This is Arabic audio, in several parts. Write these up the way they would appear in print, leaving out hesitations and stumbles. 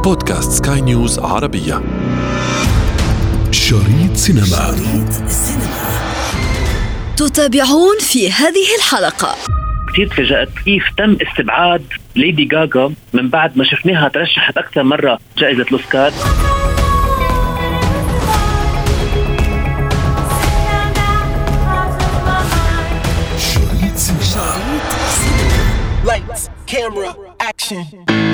بودكاست سكاي نيوز عربية. شريط سينما. تتابعون في هذه الحلقة. كثير تفاجأت كيف تم استبعاد ليدي غاغا من بعد ما شفناها ترشحت أكثر مرة جائزة الأوسكار. شريط سينما. Lights, camera, action.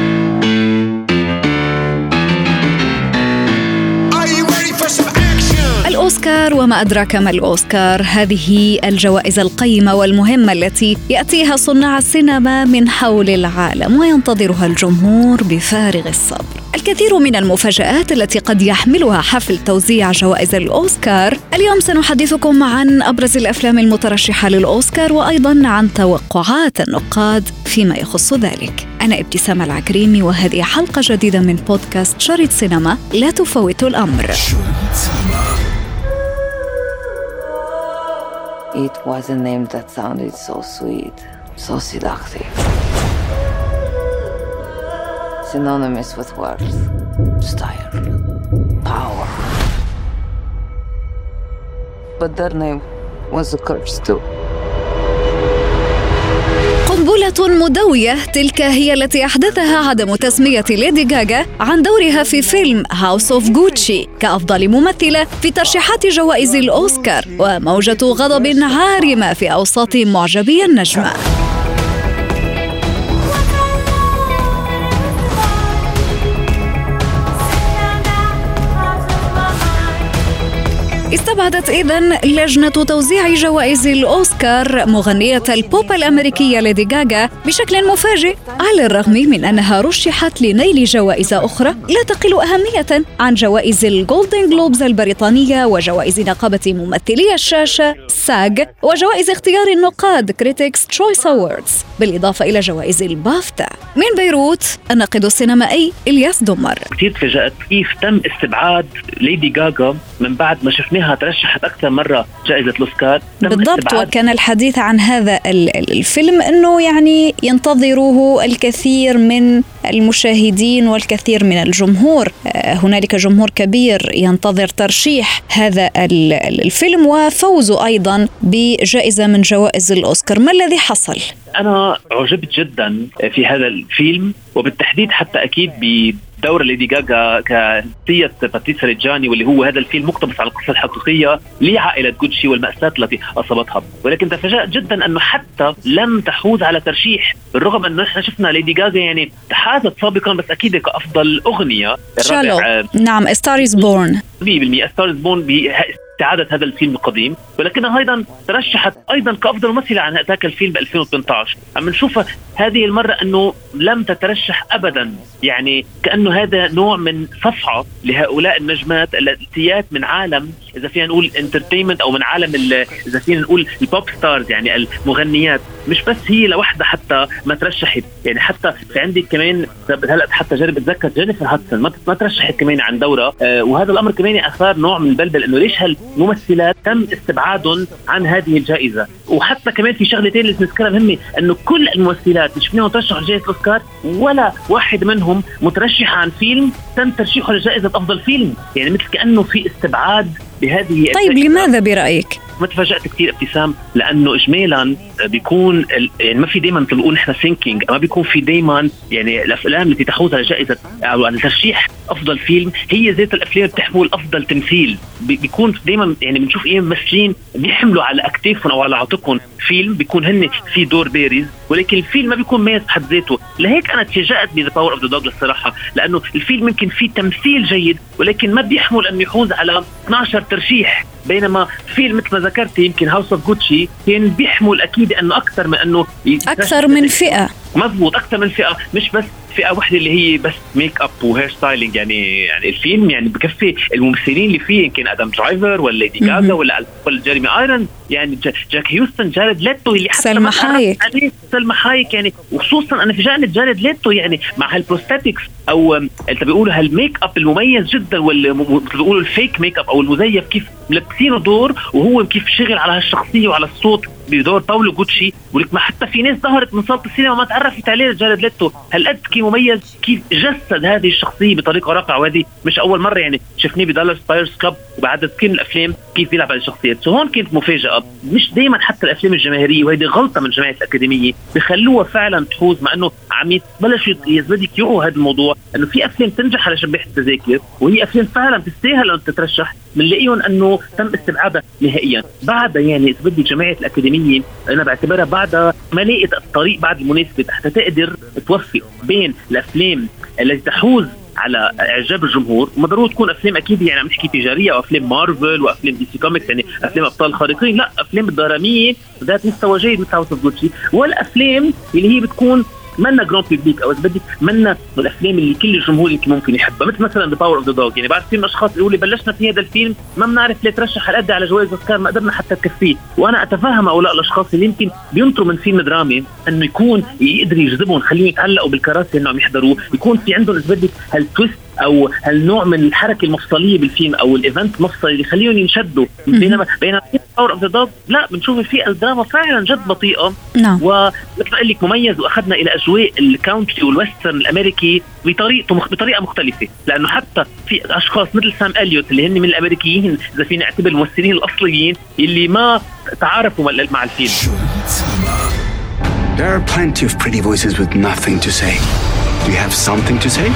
الأوسكار وما أدراك ما الأوسكار، هذه الجوائز القيمة والمهمة التي يأتيها صناع السينما من حول العالم وينتظرها الجمهور بفارغ الصبر. الكثير من المفاجآت التي قد يحملها حفل توزيع جوائز الأوسكار. اليوم سنحدثكم عن أبرز الأفلام المترشحة للأوسكار وأيضاً عن توقعات النقاد فيما يخص ذلك. أنا ابتسام العكريمي وهذه حلقة جديدة من بودكاست شريط سينما، لا تفوتوا الأمر. It was a name that sounded so sweet, so seductive. Synonymous with worth, style, power. But that name was a curse too. قنبلة مدوية تلك هي التي أحدثها عدم تسمية ليدي غاغا عن دورها في فيلم هاوس اوف غوتشي كأفضل ممثلة في ترشيحات جوائز الأوسكار، وموجة غضب عارمة في أوساط معجبي النجمة. استبعدت إذن لجنة توزيع جوائز الأوسكار مغنية البوب الأمريكية ليدي غاغا بشكل مفاجئ، على الرغم من أنها رشحت لنيل جوائز أخرى لا تقل أهمية عن جوائز الجولدن جلوبز البريطانية وجوائز نقابة ممثلي الشاشة ساج وجوائز اختيار النقاد كريتيكس تشويس أووردز، بالإضافة إلى جوائز البافتا. من بيروت الناقد السينمائي إلياس دمر. كثير تفاجأت كيف تم استبعاد ليدي غاغا من بعد ما شفناها ترشحت أكثر مرة جائزة الأوسكار. بالضبط، وكان الحديث عن هذا الفيلم أنه يعني ينتظره الكثير من المشاهدين والكثير من الجمهور. هنالك جمهور كبير ينتظر ترشيح هذا الفيلم وفوزه أيضا بجائزة من جوائز الأوسكار. ما الذي حصل؟ أنا عجبت جدا في هذا الفيلم، وبالتحديد حتى أكيد بدور ليدي غاغا كسية باتريسيا ريجاني، واللي هو هذا الفيلم مقتبس على القصة الحقيقية لعائلة غوتشي والمأساة التي أصابتها. ولكن تفاجأت جدا أنه حتى لم تحوز على ترشيح، بالرغم أنه نحن شفنا ليدي غاغا يعني تحازت سابقا بس أكيد كأفضل أغنية. نعم، A Star is Born 100% A Star is Born استعادة هذا الفيلم القديم، ولكنها أيضا ترشحت أيضا كأفضل ممثلة عن ذاك الفيلم ب 2018. عم نشوفها هذه المرة أنه لم تترشح أبدا، يعني كأنه هذا نوع من صفحة لهؤلاء النجمات التي من عالم إذا فينا نقول انترتينمنت أو من عالم إذا فينا نقول البوب ستارز، يعني المغنيات. مش بس هي لوحدة حتى ما ترشحت، يعني حتى في عندي كمان هلأ حتى جرب أتذكر جينيفر هاتسون ما ترشحت كمان عن دورة. وهذا الأمر كمان أثار نوع من البلبل إنه ليش هالممثلات تم استبعادهم عن هذه الجائزة. وحتى كمان في شغلتين اللي نذكرها مهمة، إنه كل الممثلات اللي شفناهم ترشحوا لجائزة الأوسكار ولا واحد منهم مترشح عن فيلم تم ترشيحه لجائزة أفضل فيلم، يعني مثل كأنه في استبعاد بهذه. طيب لماذا برأيك؟ ما تفاجأت كثير ابتسام، لأنه إجمالا بيكون يعني ما في دايما بنقول نحن سينكينج، ما بيكون في دايما يعني الأفلام التي تحوز على جائزة أو على ترشيح أفضل فيلم هي ذات الأفلام تحمل أفضل تمثيل. بيكون دايما يعني بنشوف ممثلين بيحملوا على أكتافهم أو على عاتقهم فيلم بيكون هن في دور بارز، ولكن الفيلم ما بيكون ميز بحد ذاته. لهيك أنا تفاجأت بذا باور أوف ذا دوغ الصراحة، لأنه الفيلم ممكن فيه تمثيل جيد ولكن ما بيحمل أن يحوز على 12 ترشيح، بينما فيلم مثل ما ذكرت يمكن هاوس اوف غوتشي كان بيحمل أكيد أنه أكثر من أنه أكثر من فئة. مضبوط، أكثر من فئة، مش بس فئة واحدة اللي هي بس ميك أب وهير ستايلينج. يعني الفيلم يعني بكفي الممثلين اللي فيه، يمكن آدم درايفر ولا ليدي غاغا ولا جيريمي آيرون، يعني جاك هيوستن، جارد ليتو اللي حتى سلمى حايك يعني. وخصوصا أنا فاجأني جارد ليتو يعني مع هالبروستاتيكس أو أنت بيقولوا هالميك أب المميز جدا، ولا بيقولوا الفيك ميك أب أو المزيف، كيف ملبسينه دور وهو كيف شغل على هالشخصية وعلى الصوت بدور باولو غوتشي، ولك ما حتى في ناس ظهرت من صالة السينما ما تعرفت عليه جارد ليتو. هالقد كي مميز، كيف جسد هذه الشخصية بطريقة رائعة، وهذه مش أول مرة يعني شفناه بدالاس بايرز كلاب وبعدد كل الأفلام كيف يلعب على الشخصيات. هون كانت مفاجأة. مش دايما حتى الأفلام الجماهيرية، وهذه غلطة من جماعة الأكاديمية، بخلوها فعلا تحوز، مع أنه عم يتبلش يزبدك يقوا هذا الموضوع أنه في أفلام تنجح على شبيحة التذاكر، وهي أفلام فعلا تستاهل أن تترشح، بنلاقيهم أنه تم استبعادها نهائيا. بعدها يعني بدي جماعة الأكاديمية أنا بعتبرها بعدها ما لقيت الطريق بعد المناسبة حتى تقدر توفق بين الأفلام التي تحوز على إعجاب الجمهور، وما ضروري تكون أفلام أكيد يعني عم نحكي تجارية أو أفلام مارفل وأفلام دي سي كوميكس يعني أفلام أبطال خارقين، لا، أفلام الدرامية ذات مستوى جيد مثل هاوس اوف غوتشي، والأفلام اللي هي بتكون منا جراند بيبليك او بدك منا الافلام اللي كل الجمهور يمكن ممكن يحبها، مثل مثلا ذا باور اوف ذا دوغ. يعني بعد في اشخاص يقولوا لي بلشنا في هذا الفيلم ما بنعرف ليه ترشح هالقد على جوائز اوسكار، ما قدرنا حتى نكفيه. وانا اتفهم هؤلاء الاشخاص اللي يمكن بينطروا من فيلم درامي انه يكون يقدر يجذبهم، خليهم يتعلقوا بالكراسي انه عم يحضروه، يكون في عندهم اذا بدك هالتويست او هالنوع من الحركه المفصليه بالفيلم او الايفنت مفصلي اللي يخليهم ينشدوا. بينما باور اوف ذا دوغ لا، بنشوف فيه الدراما فعلا جد بطيئه، ومثل ما قال لك مميز، واخذنا الى اجواء الكاونتري والويسترن الامريكي بطريقه مختلفه، لانه حتى في اشخاص مثل سام اليوت اللي هن من الامريكيين اذا فينا نعتبر الممثلين الاصليين اللي ما تعارفوا مع الفيلم. There are plenty of pretty voices with nothing to say. Do you have something to say?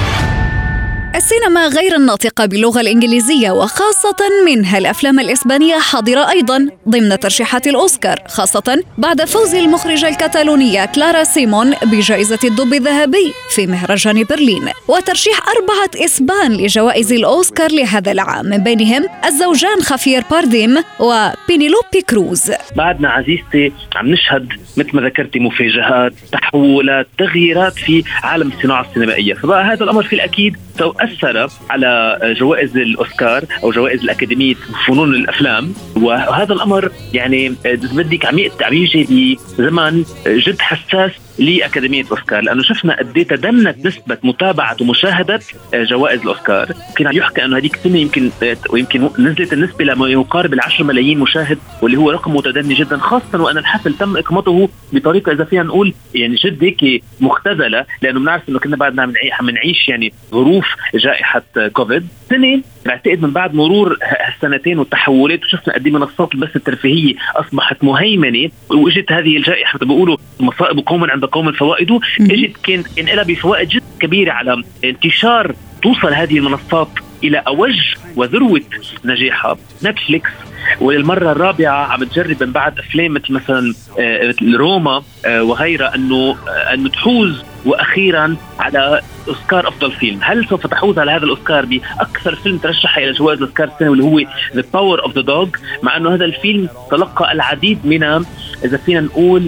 السينما غير الناطقة باللغة الإنجليزية وخاصة منها الأفلام الإسبانية حاضرة أيضا ضمن ترشيحات الأوسكار، خاصة بعد فوز المخرجة الكتالونية كلارا سيمون بجائزة الدب الذهبي في مهرجان برلين، وترشيح 4 إسبان لجوائز الأوسكار لهذا العام، من بينهم الزوجان خافير بارديم وبينيلوبي كروز. بعدنا عزيزتي عم نشهد مثل ما ذكرتي مفاجآت، تحولات، تغييرات في عالم الصناعة السينمائية، فبقى هذا الأمر في الأكيد أثر على جوائز الأوسكار أو جوائز الأكاديمية فنون الأفلام. وهذا الأمر يعني بدك عم يجي بزمن جد حساس لأكاديمية الأوسكار، لأنه شفنا قد ايه تدنت نسبة متابعة ومشاهدة جوائز الأوسكار. كان يحكى أنه هذيك السنة يمكن نزلت النسبة لما يقارب 10 ملايين مشاهد، واللي هو رقم متدني جدا، خاصة وأن الحفل تم إقامته بطريقة إذا فينا نقول يعني جد هيك مختزلة، لأنه بنعرف أنه كنا بعدنا منعيش يعني ظروف جائحة كوفيد. سنة بعتقد من بعد مرور السنتين والتحولات، وشفنا قد ايه منصات البث الترفيهية أصبحت مهيمنة، وإجت هذه الجائحة بيقولوا مصائب قوم عند قوم فوائده، اجت كان لها بفوائد جد كبيرة على انتشار توصل هذه المنصات إلى أوج وذروة نجاحها. نتفليكس وللمرة الرابعة عم تجرب من بعد أفلام مثل روما وغيرها أنه تحوز وأخيرا على أوسكار أفضل فيلم. هل سوف تحوز على هذا الأوسكار بأكثر فيلم ترشح إلى جوائز الأوسكار السنة واللي هو The Power of the Dog، مع أنه هذا الفيلم تلقى العديد من إذا فينا نقول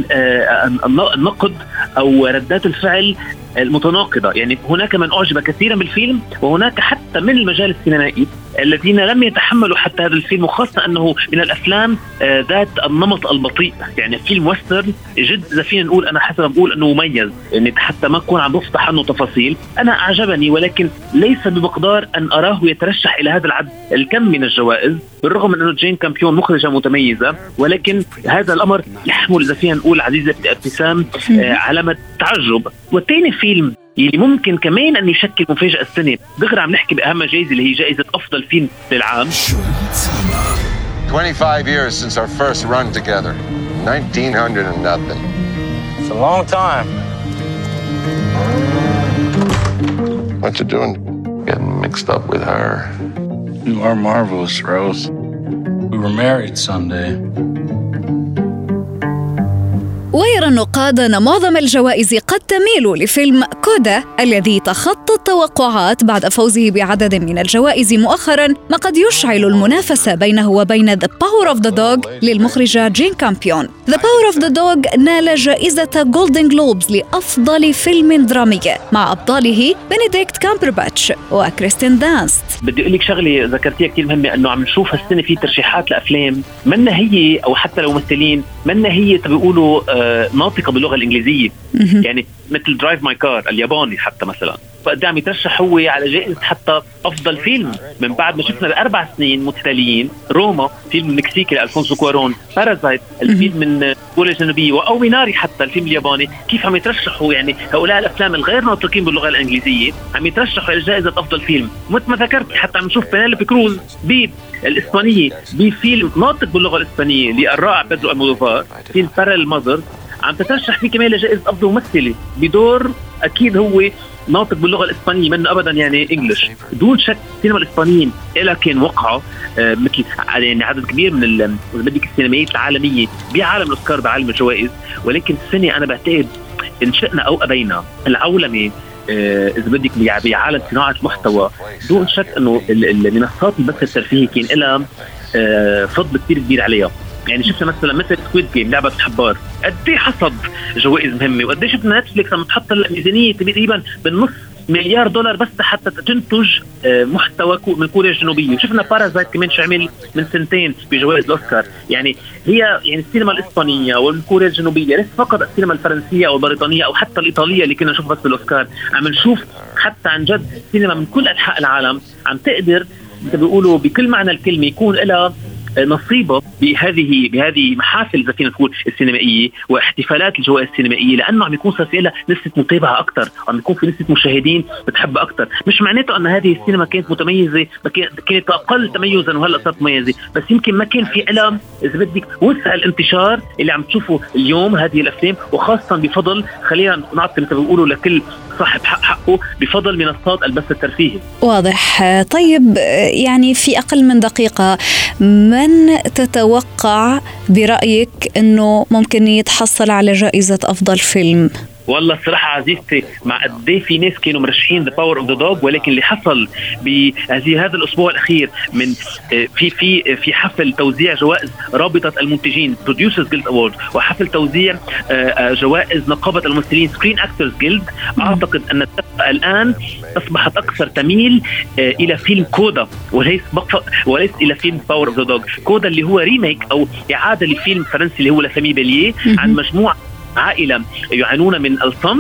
النقد أو ردات الفعل المتناقضة. يعني هناك من أعجب كثيرا بالفيلم، وهناك حتى من المجال السينمائي الذين لم يتحملوا حتى هذا الفيلم، وخاصة أنه من الأفلام ذات النمط البطيء، يعني فيلم ويسترن جد إذا فينا نقول أنا حسب بقول أنه مميز، يعني حتى ما أكون عم بفتح عنه تفاصيل. أنا أعجبني، ولكن ليس بمقدار أن أراه يترشح إلى هذا العدد الكم من الجوائز، بالرغم من أنه جين كامبيون مخرجة متميزة، ولكن هذا الأمر يحمل إذا فينا نقول عزيزة ابتسام علامة تعجب. والتاني فيلم اللي ممكن كمان أن يشكل مفاجأة السنة، دغري عم نحكي بأهم جائزة اللي هي جائزة أفضل فيلم للعام. 25 years since our first run together. 1900 and nothing. It's a long time. What you doing? Getting mixed up with her. You are marvelous, Rose. We were married someday. ويرى النقاد أن معظم الجوائز قد تميل لفيلم كودا الذي تخطى التوقعات بعد فوزه بعدد من الجوائز مؤخراً، ما قد يشعل المنافسة بينه وبين The Power of the Dog للمخرجة جين كامبيون. The Power of the Dog نال جائزة جولدن جلوبز لأفضل فيلم درامي مع أبطاله بنديكت كامبرباتش وكريستين دانست. بدي أقول لك شغلة ذكرتيها كتير مهمة، أنه عم نشوف هالسنة في ترشيحات لأفلام منا هي أو حتى لو ممثلين منا هي تبيقولوا ناطقة باللغة الإنجليزية. يعني مثل درايف ماي كار الياباني حتى مثلا، فقدام يترشح هو على جائزة حتى أفضل فيلم من بعد ما شفنا ب4 سنين متتاليين روما فيلم مكسيكي لألفونسو كوارون، بارازايت الفيلم من كوريا الجنوبية، وأو ميناري حتى الفيلم الياباني. كيف عم يترشحوا يعني هؤلاء الأفلام الغير ناطقين باللغة الإنجليزية عم يترشحوا على جائزة أفضل فيلم. مثل ما ذكرت حتى عم نشوف بينيلوبي كروز بالإسبانية بفيلم ناطق باللغة الإسبانية للرائع بيدرو ألمودوفار فيلم بارل ماذر، عم تترشح فيه كمان لجائزة أفضل ممثلة بدور أكيد هو ناطق باللغة الإسبانية منه أبدا يعني إنجليش. دون شك السينما الإسبانية إلى كان وقعه مثل يعني عدد كبير من السينمائيات العالمية بعالم الأوسكار بعالم الجوائز، ولكن السنة أنا بعتقد إن شئنا أو أبينا العولمة إذا بدك بعالم صناعة محتوى دون شك إنه المنصات البث الترفيهي كان لها فضل كتير كبير عليها. يعني شفنا مثلا مثل سكويد جيم لعبة الحبار قد ايه حصد جوائز مهمة، وقد ايه شفنا نتفليكس عم تحط الميزانية تقريبا بالنص $1 مليار بس حتى تنتج محتوى من كوريا الجنوبية. وشفنا بارازايت كمان شو عمل من سنتين بجوائز الأوسكار. يعني هي يعني السينما الإسبانية والكوريا الجنوبية ليس فقط السينما الفرنسية أو البريطانية أو حتى الإيطالية اللي كنا نشوف بس بالأوسكار، عم نشوف حتى عن جد سينما من كل أنحاء العالم عم تقدر بيقولوا بكل معنى الكلمة يكون لها نصيبه بهذه محافل زي فينا نقول السينمائيه واحتفالات الجوائز السينمائيه، لانه عم يكون صار لها نسبه متابعه اكثر، عم يكون في نسبه مشاهدين بتحبها اكثر. مش معناته ان هذه السينما كانت متميزه، كانت اقل تميزا وهلا صارت مميزه، بس يمكن ما كان في علم اذا بدك وسع الانتشار اللي عم تشوفه اليوم هذه الافلام، وخاصه بفضل خلينا نعطي مثل ما بيقولوا لكل صاحب حقه بفضل منصات البث الترفيهي. واضح. طيب يعني في أقل من دقيقة من تتوقع برأيك أنه ممكن يتحصل على جائزة أفضل فيلم؟ والله الصراحة عزيزتي مع قد ايه في ناس كانوا مرشحين The Power of the Dog، ولكن اللي حصل هذا الأسبوع الأخير من في حفل توزيع جوائز رابطة المنتجين Producers Guild Award وحفل توزيع جوائز نقابة الممثلين Screen Actors Guild، أعتقد أن الآن أصبحت أكثر تميل إلى فيلم كودا وليس إلى فيلم Power of the Dog. كودا اللي هو ريميك أو إعادة لفيلم فرنسي اللي هو لسامي بلييه عن مجموعة عائلة يعانون من الصم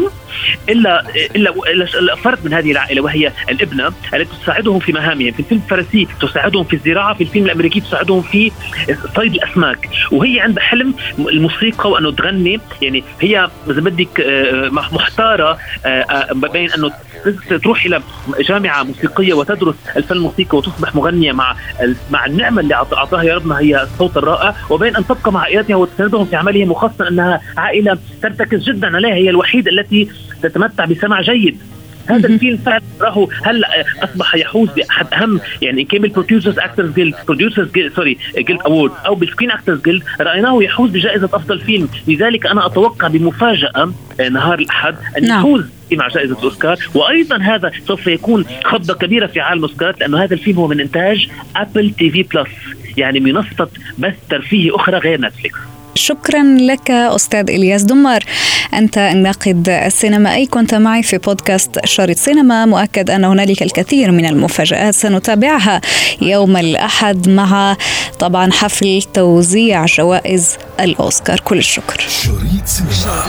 إلا فرد من هذه العائلة وهي الابنة التي تساعدهم في مهامهم. في الفيلم الفرنسي تساعدهم في الزراعة، في الفيلم الأمريكي تساعدهم في صيد الأسماك، وهي عندها حلم الموسيقى وأنه تغني. يعني هي إذا بدك محتارة بين أنه تروح إلى جامعة موسيقية وتدرس الفن الموسيقى وتصبح مغنية مع النعمة اللي أعطاها يا ربنا هي الصوت الرائع، وبين أن تبقى مع عائلتها وتساندهم في عملهم، وخاصة أنها عائلة ترتكز جدا عليها، هي الوحيدة التي تتمتع بسمع جيد. هذا الفيلم فعلا راه هلا اصبح يحوز باحد اهم يعني كان بالبروديوسرز اكترز جيلد جيلد اوورد او بالسكرين اكترز جيلد رايناه يحوز بجائزه افضل فيلم. لذلك انا اتوقع بمفاجاه نهار الاحد ان يفوز مع جائزة الأوسكار، وأيضا هذا سوف يكون خطة كبيرة في عالم الأوسكار، لأنه هذا الفيلم هو من إنتاج أبل تي في بلس، يعني منصة بث ترفيهي أخرى غير نتفليكس. شكرا لك أستاذ إلياس دمار، أنت الناقد السينمائي، كنت معي في بودكاست شريط سينما. مؤكد أن هنالك الكثير من المفاجآت سنتابعها يوم الأحد مع طبعا حفل توزيع جوائز الأوسكار. كل الشكر. شريط سينما.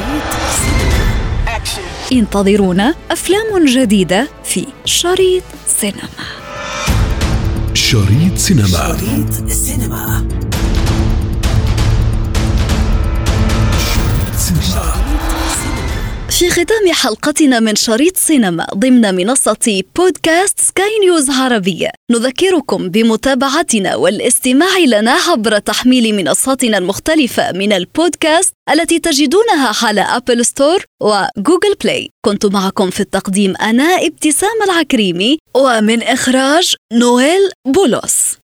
انتظرونا أفلام جديدة في شريط سينما. شريط سينما. شريط سينما. شريط في ختام حلقتنا من شريط سينما ضمن منصة بودكاست سكاي نيوز عربية، نذكركم بمتابعتنا والاستماع لنا عبر تحميل منصاتنا المختلفة من البودكاست التي تجدونها على أبل ستور وجوجل بلاي. كنت معكم في التقديم أنا ابتسام العكريمي، ومن إخراج نويل بولوس.